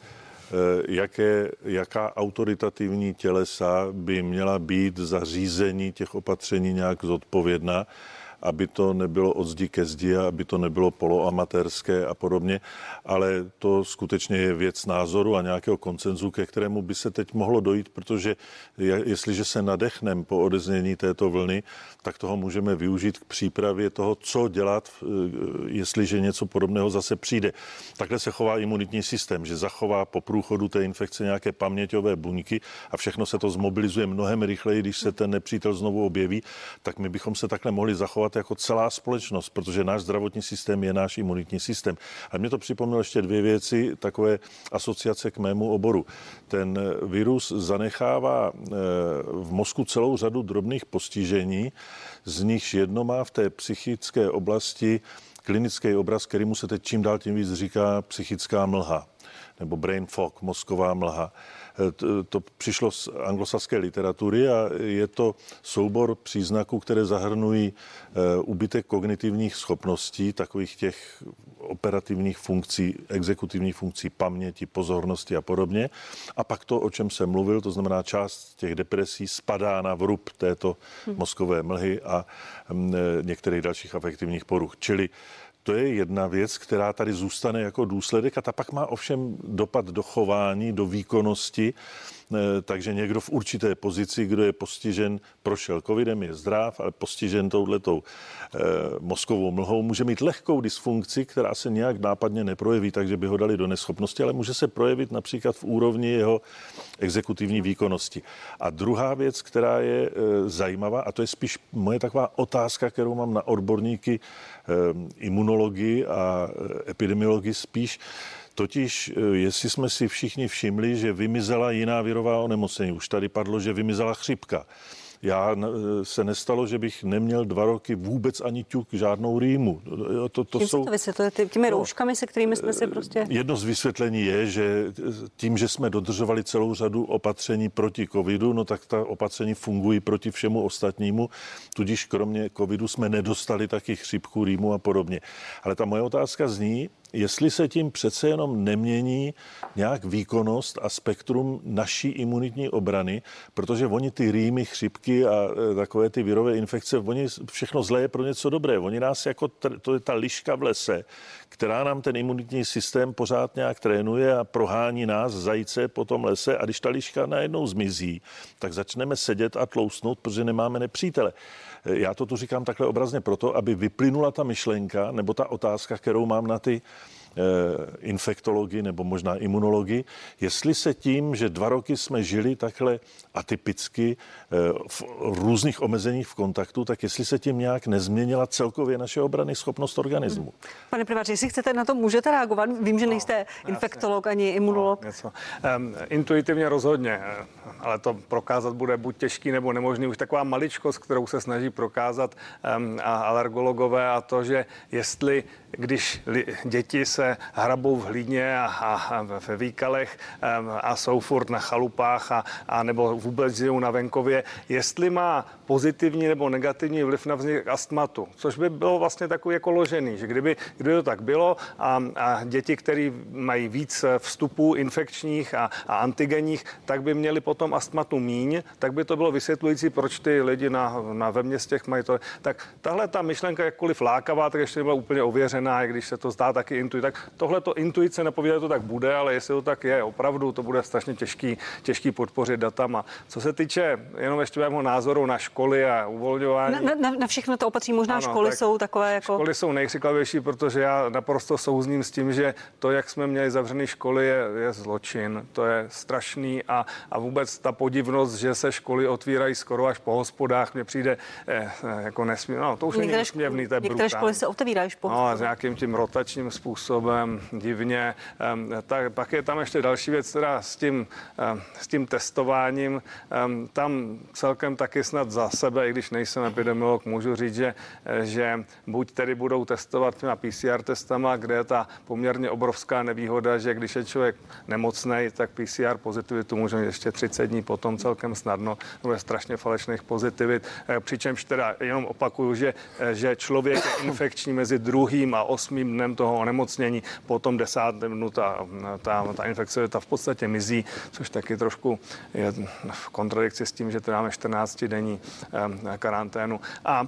jaká autoritativní tělesa by měla být za řízení těch opatření nějak zodpovědná, aby to nebylo od zdi ke zdi a aby to nebylo poloamatérské a podobně, ale to skutečně je věc názoru a nějakého konsenzu, ke kterému by se teď mohlo dojít, protože jestliže se nadechneme po odeznění této vlny, tak toho můžeme využít k přípravě toho, co dělat, jestliže něco podobného zase přijde. Takhle se chová imunitní systém, že zachová po průchodu té infekce nějaké paměťové buňky a všechno se to zmobilizuje mnohem rychleji, když se ten nepřítel znovu objeví, tak my bychom se takhle mohli zachovat jako celá společnost, protože náš zdravotní systém je náš imunitní systém. A mě to připomnělo ještě 2 věci, takové asociace k mému oboru. Ten virus zanechává v mozku celou řadu drobných postižení, z nichž jedno má v té psychické oblasti klinický obraz, kterýmu se teď čím dál tím víc říká psychická mlha nebo brain fog, mozková mlha. To přišlo z anglosaské literatury a je to soubor příznaků, které zahrnují úbytek kognitivních schopností, takových těch operativních funkcí, exekutivních funkcí paměti, pozornosti a podobně. A pak to, o čem jsem mluvil, to znamená část těch depresí spadá na vrub této mozkové mlhy a některých dalších afektivních poruch. Čili to je jedna věc, která tady zůstane jako důsledek a ta pak má ovšem dopad do chování, do výkonnosti takže někdo v určité pozici, kdo je postižen, prošel covidem, je zdrav, ale postižen touhletou mozkovou mlhou, může mít lehkou dysfunkci, která se nějak nápadně neprojeví, takže by ho dali do neschopnosti, ale může se projevit například v úrovni jeho exekutivní výkonnosti. A druhá věc, která je zajímavá, a to je spíš moje taková otázka, kterou mám na odborníky imunologii a epidemiologii spíš, totiž, jestli jsme si všichni všimli, že vymizela jiná virová onemocnění. Už tady padlo, že vymizela chřipka. Já se nestalo, že bych neměl 2 roky vůbec ani ťuk, žádnou rýmu. Čím se to vysvětluje? Těmi rouškami, se kterými jsme si prostě... Jedno z vysvětlení je, že tím, že jsme dodržovali celou řadu opatření proti covidu, no tak ta opatření fungují proti všemu ostatnímu, tudíž kromě covidu jsme nedostali taky chřipku, rýmu a podobně. Ale ta moje otázka zní, jestli se tím přece jenom nemění nějak výkonnost a spektrum naší imunitní obrany, protože oni ty rýmy, chřipky a takové ty virové infekce, oni všechno zlé je pro něco dobré. Oni nás jako, to je ta liška v lese, která nám ten imunitní systém pořád nějak trénuje a prohání nás, zajíce, po tom lese, a když ta liška najednou zmizí, tak začneme sedět a tlousnout, protože nemáme nepřítele. Já to tu říkám takhle obrazně proto, aby vyplynula ta myšlenka nebo ta otázka, kterou mám na ty infektologii nebo možná imunologii, jestli se tím, že 2 roky jsme žili takhle atypicky v různých omezeních v kontaktu, tak jestli se tím nějak nezměnila celkově naše obrany schopnost organismu. Pane primáři, jestli chcete na to, můžete reagovat. Vím, že nejste infektolog ani imunolog. Intuitivně rozhodně, ale to prokázat bude buď těžký nebo nemožný. Už taková maličkost, kterou se snaží prokázat alergologové, a to, že jestli když děti se hrabou v hlíně a ve výkalech a jsou furt na chalupách a nebo vůbec žijou na venkově, jestli má pozitivní nebo negativní vliv na vznik astmatu, což by bylo vlastně takový jako ložený, že kdyby to tak bylo a děti, které mají víc vstupů infekčních a antigenních, tak by měli potom astmatu míň, tak by to bylo vysvětlující, proč ty lidi ve městech mají to. Tak tahle ta myšlenka, jakkoliv lákavá, tak ještě nebyla úplně ověřená, i když se to zdá taky tak tohle to intuice napovídá, že to tak bude, ale jestli to tak je, opravdu to bude strašně těžký podpořit datama. Co se týče jenom ještě mého názoru na školy a uvolňování. Na všechno to opatří, možná ano, školy jsou takové jako... Školy jsou nejkřiklavější, protože já naprosto souzním s tím, že to, jak jsme měli zavřené školy, je zločin. To je strašný a vůbec ta podivnost, že se školy otvírají skoro až po hospodách, mně přijde jako nesmí. No, to už není úsměvný, to je brutální. Některé školy se otevírají po hospodách. No, s nějakým tím rotačním způsobem, divně. Tak pak je tam ještě další věc, teda s tím testováním. Tam celkem taky snad za sebe, i když nejsem epidemiolog, můžu říct, že buď tedy budou testovat těma PCR testama, kde je ta poměrně obrovská nevýhoda, že když je člověk nemocnej, tak PCR pozitivitu může mít ještě 30 dní potom celkem snadno. To je strašně falešných pozitivit. Přičemž teda jenom opakuju, že člověk je infekční mezi 2. a 8. dnem toho onemocnění, potom 10. dnu ta infekce v podstatě mizí, což taky trošku je v kontradikci s tím, že to máme 14denní karanténu.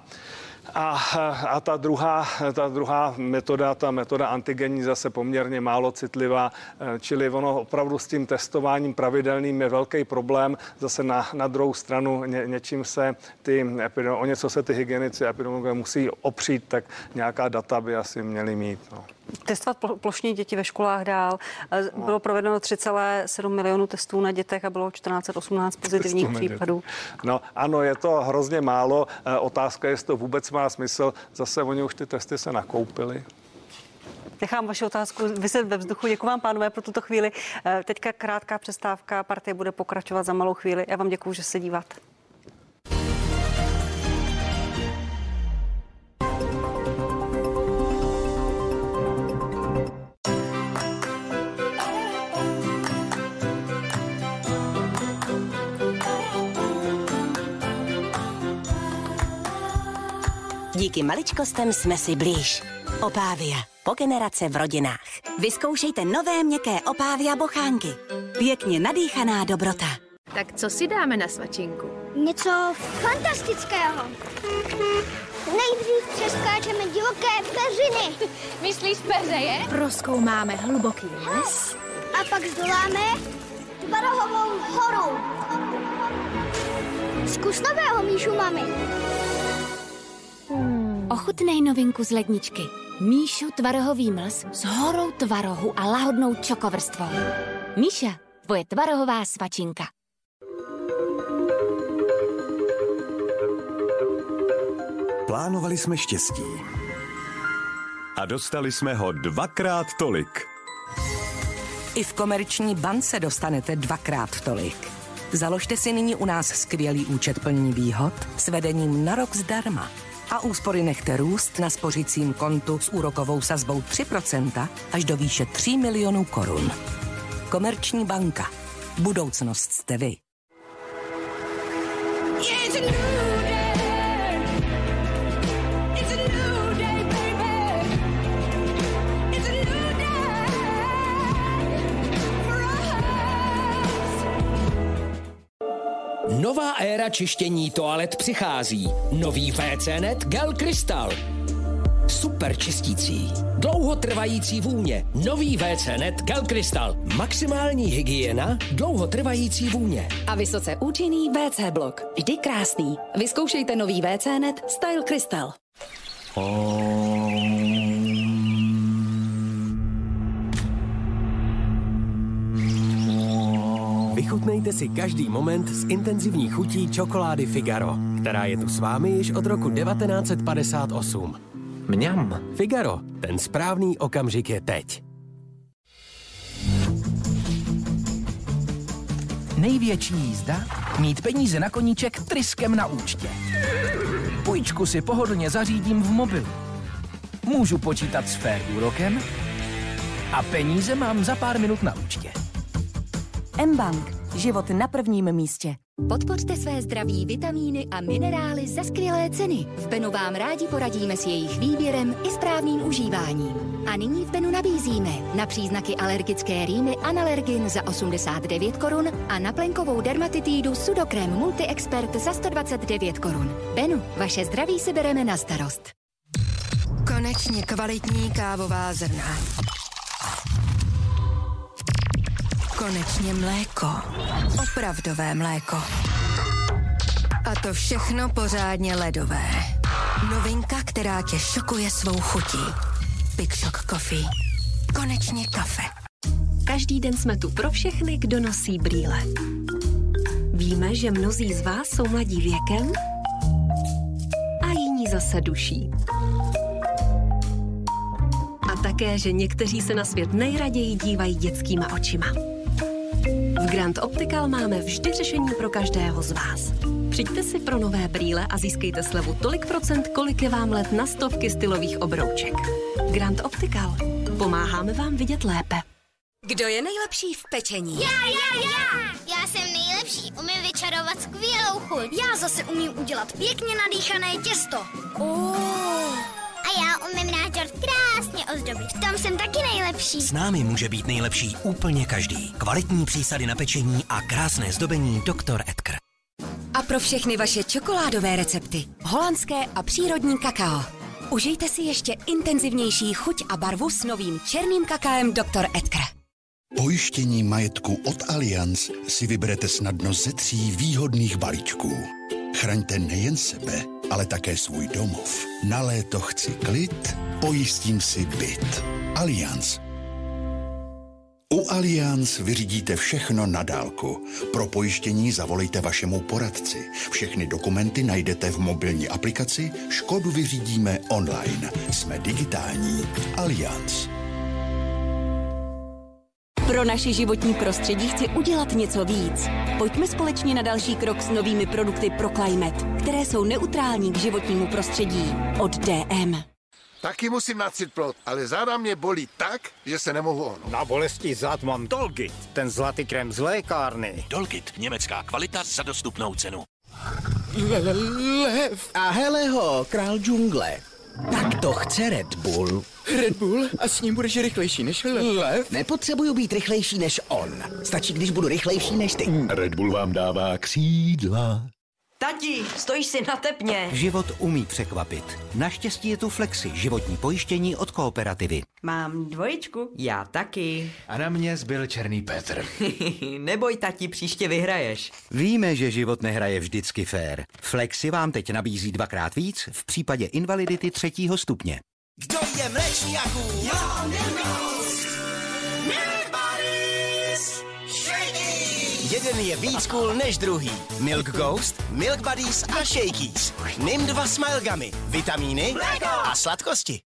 A ta druhá metoda, ta metoda antigenní, zase poměrně málo citlivá, čili ono opravdu s tím testováním pravidelným je velký problém. Zase na druhou stranu něčím se o něco se ty hygienici a epidemiologové musí opřít, tak nějaká data by asi měli mít. No. Testovat plošně děti ve školách dál. Bylo provedeno 3,7 milionů testů na dětech a bylo 1418 pozitivních případů. No ano, je to hrozně málo. Otázka je, jestli to vůbec má smysl. Zase oni už ty testy se nakoupili. Nechám vaši otázku viset ve vzduchu. Děkuji vám, pánové, pro tuto chvíli. Teďka krátká přestávka. Partie bude pokračovat za malou chvíli. Já vám děkuji, že se díváte. Díky maličkostem jsme si blíž. Opavia. Po generace v rodinách. Vyzkoušejte nové měkké Opavia bochánky. Pěkně nadýchaná dobrota. Tak co si dáme na svačinku? Něco fantastického. Nejdřív přeskáčeme divoké peřiny. Myslíš peřeje? Prozkoumáme hluboký les. A pak zdoláme Tvarohovou horou. Zkus nového, Míšu, mami. Ochutnej novinku z ledničky. Míšu tvarohový mlz s horou tvarohu a lahodnou čokovrstvou. Míša, tvoje tvarohová svačinka. Plánovali jsme štěstí. A dostali jsme ho 2x tolik. I v Komerční bance dostanete 2x tolik. Založte si nyní u nás skvělý účet plný výhod s vedením na rok zdarma. A úspory nechte růst na spořicím kontu s úrokovou sazbou 3% až do výše 3 milionů korun. Komerční banka. Budoucnost jste vy. Nová éra čištění toalet přichází. Nový WC-net Gel Crystal. Super čistící, dlouhotrvající vůně. Nový WC-net Gel Crystal. Maximální hygiena, dlouhotrvající vůně. A vysoce účinný WC blok. Vždy krásný. Vyzkoušejte nový WC-net Style Crystal. Vychutnejte si každý moment s intenzivní chutí čokolády Figaro, která je tu s vámi již od roku 1958. Mňam. Figaro, ten správný okamžik je teď. Největší jízda? Mít peníze na koníček tryskem na účtě. Půjčku si pohodlně zařídím v mobilu. Můžu počítat s fair úrokem a peníze mám za pár minut na účtě. mBank. Život na prvním místě. Podpořte své zdraví vitamíny a minerály za skvělé ceny. V Benu vám rádi poradíme s jejich výběrem i správným užíváním. A nyní v Benu nabízíme na příznaky alergické rýmy Analergin za 89 korun a na plenkovou dermatitidu Sudokrem Multi-Expert za 129 korun. Benu, vaše zdraví si bereme na starost. Konečně kvalitní kávová zrna. Konečně mléko. Opravdové mléko. A to všechno pořádně ledové. Novinka, která tě šokuje svou chutí. Big Shock Coffee. Konečně kafe. Každý den jsme tu pro všechny, kdo nosí brýle. Víme, že mnozí z vás jsou mladí věkem a jiní zase duší. A také, že někteří se na svět nejraději dívají dětskýma očima. V Grand Optical máme vždy řešení pro každého z vás. Přijďte si pro nové brýle a získejte slevu tolik procent, kolik je vám let na stovky stylových obrouček. Grand Optical. Pomáháme vám vidět lépe. Kdo je nejlepší v pečení? Já jsem nejlepší. Umím vyčarovat skvělou chuť. Já zase umím udělat pěkně nadýchané těsto. A já umím náš dort krásně ozdobit. V tom jsem taky nejlepší. S námi může být nejlepší úplně každý. Kvalitní přísady na pečení a krásné zdobení Dr. Edgar. A pro všechny vaše čokoládové recepty. Holandské a přírodní kakao. Užijte si ještě intenzivnější chuť a barvu s novým černým kakaem Dr. Edgar. Pojištění majetku od Allianz si vyberete snadno ze 3 výhodných balíčků. Chraňte nejen sebe, ale také svůj domov. Na léto chci klid, pojistím si byt. Allianz. U Allianz vyřídíte všechno na dálku. Pro pojištění zavolejte vašemu poradci. Všechny dokumenty najdete v mobilní aplikaci Škodu vyřídíme online. Jsme digitální. Allianz. Pro naše životní prostředí chci udělat něco víc. Pojďme společně na další krok s novými produkty pro Climate, které jsou neutrální k životnímu prostředí. Od DM. Taky musím natřít plot, ale záda mě bolí tak, že se nemohu ohnout. Na bolesti zad mám Dolgit, ten zlatý krém z lékárny. Dolgit, německá kvalita za dostupnou cenu. Lev a Heleho, král džungle. Tak to chce Red Bull. Red Bull? A s ním budeš rychlejší než lev? Nepotřebuju být rychlejší než on. Stačí, když budu rychlejší než ty. Red Bull vám dává křídla. Tati, stojíš si na tepně. Život umí překvapit. Naštěstí je tu Flexi, životní pojištění od Kooperativy. Mám dvojičku. Já taky. A na mě zbyl černý Petr. Neboj, tati, příště vyhraješ. Víme, že život nehraje vždycky fér. Flexi vám teď nabízí 2x víc v případě invalidity 3. stupně. Kdo je mléčňáků? Já, Milkos! Milk Buddies! Shakies! Jeden je víc cool než druhý. Milk Ghost, Milk Buddies a Shakies. Nym 2 Smile Gummy, vitamíny a sladkosti.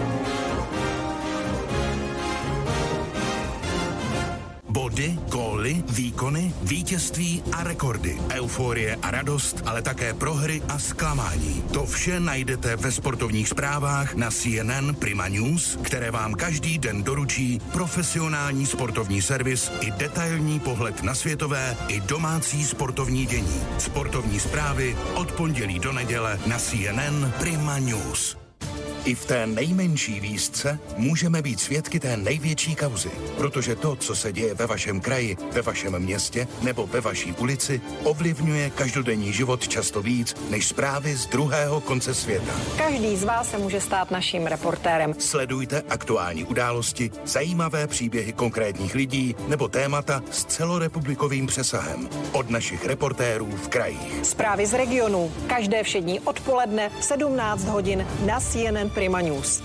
Body, góly, výkony, vítězství a rekordy, euforie a radost, ale také prohry a zklamání. To vše najdete ve sportovních zprávách na CNN Prima News, které vám každý den doručí profesionální sportovní servis i detailní pohled na světové i domácí sportovní dění. Sportovní zprávy od pondělí do neděle na CNN Prima News. I v té nejmenší výzce můžeme být svědky té největší kauzy, protože to, co se děje ve vašem kraji, ve vašem městě nebo ve vaší ulici, ovlivňuje každodenní život často víc než zprávy z druhého konce světa. Každý z vás se může stát naším reportérem. Sledujte aktuální události, zajímavé příběhy konkrétních lidí nebo témata s celorepublikovým přesahem od našich reportérů v krajích. Zprávy z regionu každé všední odpoledne v 17 hodin na CNN Prima News.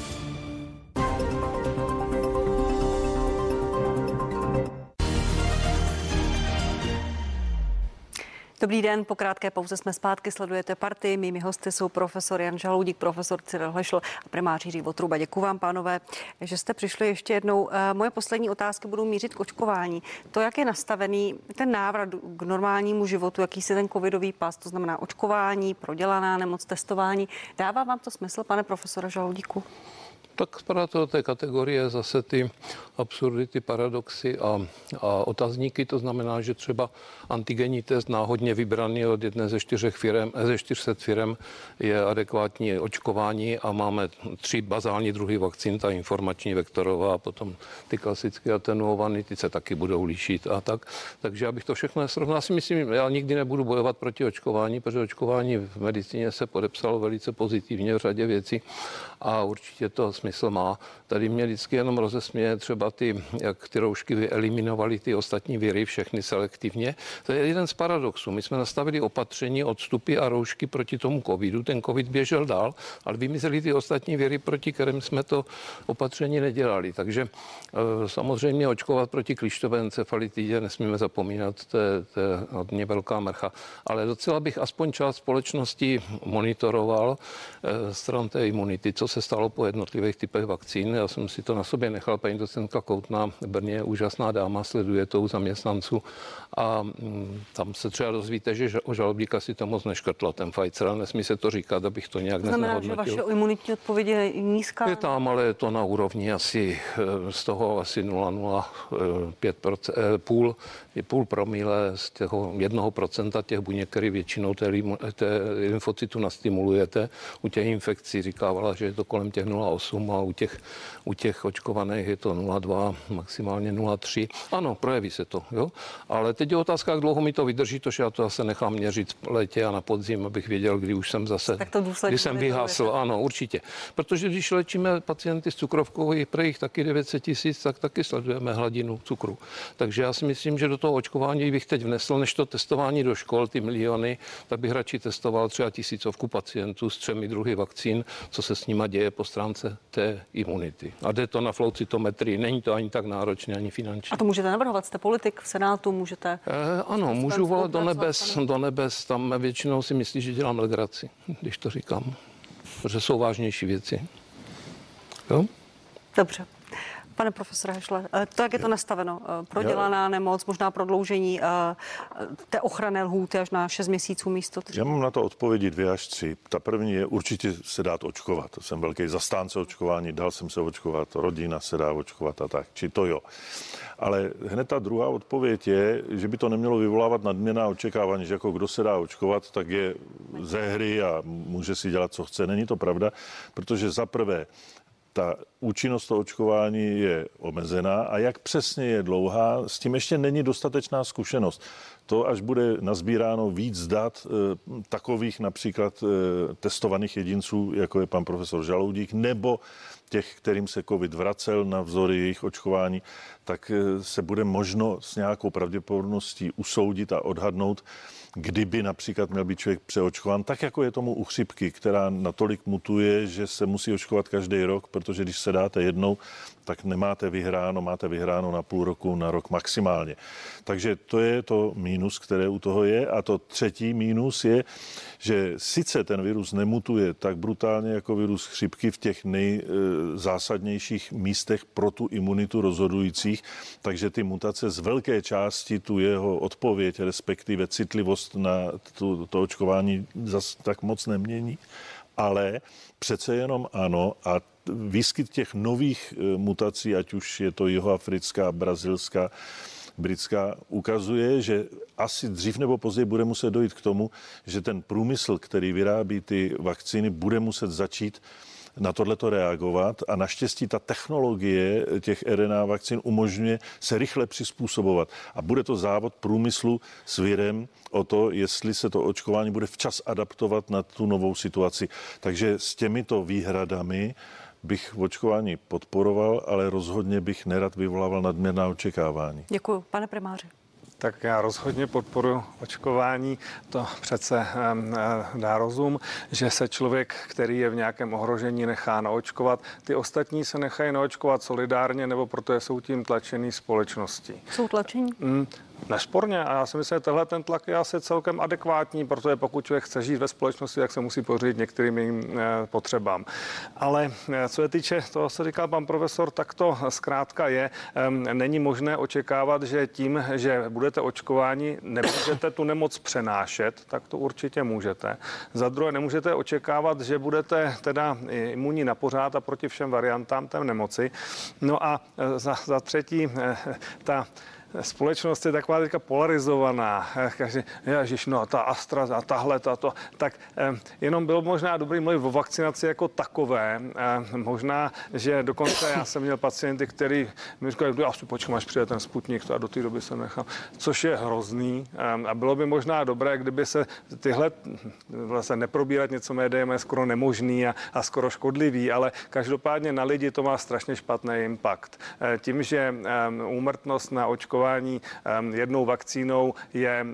Dobrý den, po krátké pauze jsme zpátky, sledujete Partii. Mými hosty jsou profesor Jan Žaloudík, profesor Cyril Hlešl a primář Jiří Votruba. Děkuji vám, pánové, že jste přišli ještě jednou. Moje poslední otázky budou mířit k očkování. To, jak je nastavený ten návrat k normálnímu životu, jaký se ten covidový pas, to znamená očkování, prodělaná nemoc, testování. Dává vám to smysl, pane profesore Žaloudíku? Tak spadá to do té kategorie zase ty absurdity, paradoxy a otazníky. To znamená, že třeba antigenní test náhodně vybraný od jedné ze 400 firem je adekvátní očkování a máme 3 bazální druhy vakcín, ta informační, vektorová a potom ty klasické atenuované, ty se taky budou lišit a tak. Takže abych to všechno nesrovnal, si myslím, já nikdy nebudu bojovat proti očkování, protože očkování v medicíně se podepsalo velice pozitivně v řadě věcí a určitě to smysl má. Tady mě vždycky jenom rozesměje třeba jak ty roušky vyeliminovaly ty ostatní viry, všechny selektivně. To je jeden z paradoxů. My jsme nastavili opatření, odstupy a roušky proti tomu covidu. Ten covid běžel dál, ale vymizely ty ostatní viry, proti kterým jsme to opatření nedělali. Takže samozřejmě očkovat proti klištové encefalitidě nesmíme zapomínat, to je hodně velká mrcha. Ale docela bych aspoň část společnosti monitoroval stran té imunity, co se stalo po jednotlivých typech vakcín. Já jsem si to na sobě nechal, paní docentka Koutná v Brně je úžasná dáma, sleduje to u zaměstnanců a tam se třeba dozvíte, že o Žalobíka si to moc neškrtla ten Pfizer, ale nesmí se to říkat, abych to nějak nehodnotil. Znamená, že vaše imunitní odpověď je nízká? Je tam, ale je to na úrovni asi z toho asi 0,05%, půl promile z toho 1% těch buněk, který většinou té lymfocytu nastimulujete. U těch infekcí říkávala, že je to kolem těch 0,8 a u těch očkovaných je to 0,2, maximálně 0,3. Ano, projeví se to, jo. Ale teď je otázka, jak dlouho mi to vydrží, to, že já to zase nechám měřit v létě a na podzim, abych věděl, kdy už jsem zase, kdy jsem vyhasl. Ano, určitě. Protože když léčíme pacienty s cukrovkou, pro jich taky 900 000, tak taky sledujeme hladinu cukru. Takže já si myslím, že do toho očkování bych teď vnesl, než to testování do škol, ty miliony, tak bych radši testoval třeba 1000 pacientů s 3 druhy vakcín, co se s nima děje po stránce té imunity. A jde to na flowcytometrii, není to ani tak náročné, ani finančně. A to můžete navrhovat, jste politik v Senátu, můžete... Ano, můžu volat do nebes, tam většinou si myslí, že dělám legraci, když to říkám, protože jsou vážnější věci. Jo? Dobře. Pane profesore Hešle, to, jak je to nastaveno, prodělaná nemoc, možná prodloužení té ochranné lhůty až na 6 měsíců místo 3? Já mám na to odpovědi 2 až 3. Ta první je určitě se dát očkovat. Jsem velký zastánce očkování, dal jsem se očkovat, rodina se dá očkovat a tak, či to jo. Ale hned ta druhá odpověď je, že by to nemělo vyvolávat nadměrná očekávání, že jako kdo se dá očkovat, tak je ze hry a může si dělat, co chce. Není to pravda, protože za prvé ta účinnost toho očkování je omezená a jak přesně je dlouhá, s tím ještě není dostatečná zkušenost. To, až bude nazbíráno víc dat takových například testovaných jedinců, jako je pan profesor Žaloudík, nebo těch, kterým se covid vracel na vzory jejich očkování, tak se bude možno s nějakou pravděpodobností usoudit a odhadnout, kdyby například měl být člověk přeočkován, tak jako je tomu u chřipky, která natolik mutuje, že se musí očkovat každý rok, protože když se dáte jednou, tak nemáte vyhráno, máte vyhráno na půl roku, na rok maximálně. Takže to je to mínus, které u toho je. A to třetí mínus je, že sice ten virus nemutuje tak brutálně jako virus chřipky v těch nejzásadnějších místech pro tu imunitu rozhodujících, takže ty mutace z velké části tu jeho odpověď, respektive citlivost na to očkování zas tak moc nemění, ale přece jenom ano a výskyt těch nových mutací, ať už je to jihoafrická, brazilská, britská, ukazuje, že asi dřív nebo později bude muset dojít k tomu, že ten průmysl, který vyrábí ty vakcíny, bude muset začít na tohleto reagovat a naštěstí ta technologie těch RNA vakcín umožňuje se rychle přizpůsobovat. A bude to závod průmyslu s virem o to, jestli se to očkování bude včas adaptovat na tu novou situaci. Takže s těmito výhradami bych očkování podporoval, ale rozhodně bych nerad vyvolával nadměrná očekávání. Děkuji. Pane primáři. Tak já rozhodně podporuji očkování. To přece dá rozum, že se člověk, který je v nějakém ohrožení, nechá naočkovat. Ty ostatní se nechají naočkovat solidárně nebo protože jsou tím tlačený společností. Jsou tlačení? Nesporně a já si myslím, že tenhle ten tlak je asi celkem adekvátní, protože pokud člověk chce žít ve společnosti, tak se musí pořídit některým jiným potřebám. Ale co se týče toho, co říkal pan profesor, tak to zkrátka je. Není možné očekávat, že tím, že budete očkováni, nemůžete tu nemoc přenášet, tak to určitě můžete. Za druhé, nemůžete očekávat, že budete teda imunní na pořád a proti všem variantám té nemoci. No a za třetí, ta společnost je taková teďka polarizovaná. Ježiš, no ta Astra a tahle, tato. Tak jenom bylo možná dobrý mluvit o vakcinaci jako takové. Možná, že dokonce já jsem měl pacienty, který mi říkali, já si počkám, až přijde ten Sputnik, to a do té doby se nechám. Což je hrozný. A bylo by možná dobré, kdyby se tyhle vlastně neprobírat něco médiem je skoro nemožný a skoro škodlivý, ale každopádně na lidi to má strašně špatný impact. Tím, že úmrtnost na očkování jednou vakcínou je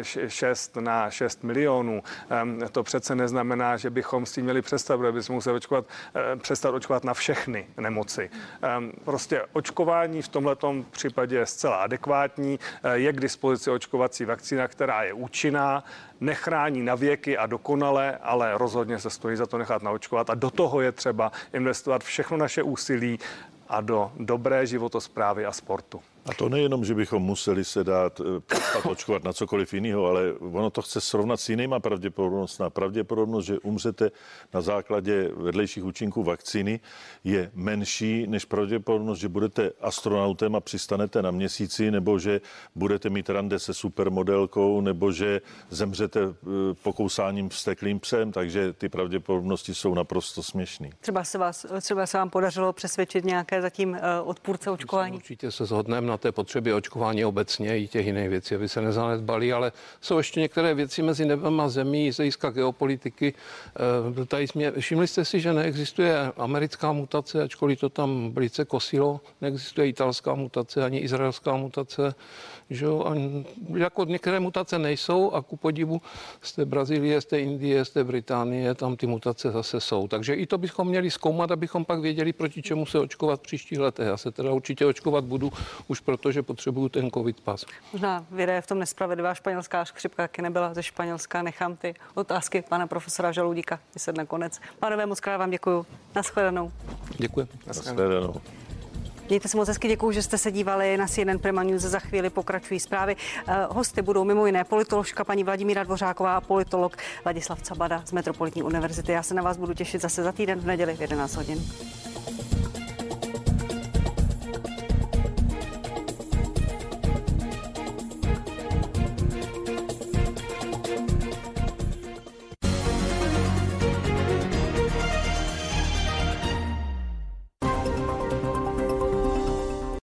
6 na 6 milionů. To přece neznamená, že bychom s tím měli přestat, protože bychom museli přestat očkovat na všechny nemoci. Prostě očkování v tomhletom případě je zcela adekvátní. Je k dispozici očkovací vakcína, která je účinná, nechrání na věky a dokonale, ale rozhodně se stojí za to nechat naočkovat a do toho je třeba investovat všechno naše úsilí a do dobré životosprávy a sportu. A to nejenom, že bychom museli se dát očkovat na cokoliv jiného, ale ono to chce srovnat s jinýma pravděpodobnostmi. Pravděpodobnost, že umřete na základě vedlejších účinků vakcíny, je menší než pravděpodobnost, že budete astronautem a přistanete na měsíci, nebo že budete mít rande se supermodelkou, nebo že zemřete pokousáním vzteklým psem, takže ty pravděpodobnosti jsou naprosto směšné. Třeba se vám podařilo přesvědčit nějaké zatím odpůrce očkování? Určitě se shodneme na té potřebě očkování obecně i těch jiných věcí, aby se nezanedbali, ale jsou ještě některé věci mezi nebem a zemí z hlediska geopolitiky. Tady všimli jste si, že neexistuje americká mutace, ačkoliv to tam velice kosilo, neexistuje italská mutace ani izraelská mutace, že jako některé mutace nejsou a ku podivu z té Brazílie, z té Indie, z té Británie, tam ty mutace zase jsou. Takže i to bychom měli zkoumat, abychom pak věděli, proti čemu se očkovat v příštích letech. Já se teda určitě očkovat budu už proto, že potřebuju ten covid pas. Možná věda v tom nespravedlivá, španělská chřipka taky nebyla ze Španělska. Nechám ty otázky pana profesora Žaloudíka vyset nakonec. Pánové, moc krát vám děkuju. Naschledanou. Děkuji. Naschledanou. Mějte se moc hezky, děkuju, že jste se dívali na CNN Prima News. Za chvíli pokračují zprávy. Hosty budou mimo jiné politoložka paní Vladimíra Dvořáková a politolog Ladislav Cabada z Metropolitní univerzity. Já se na vás budu těšit zase za týden v neděli v 11 hodin.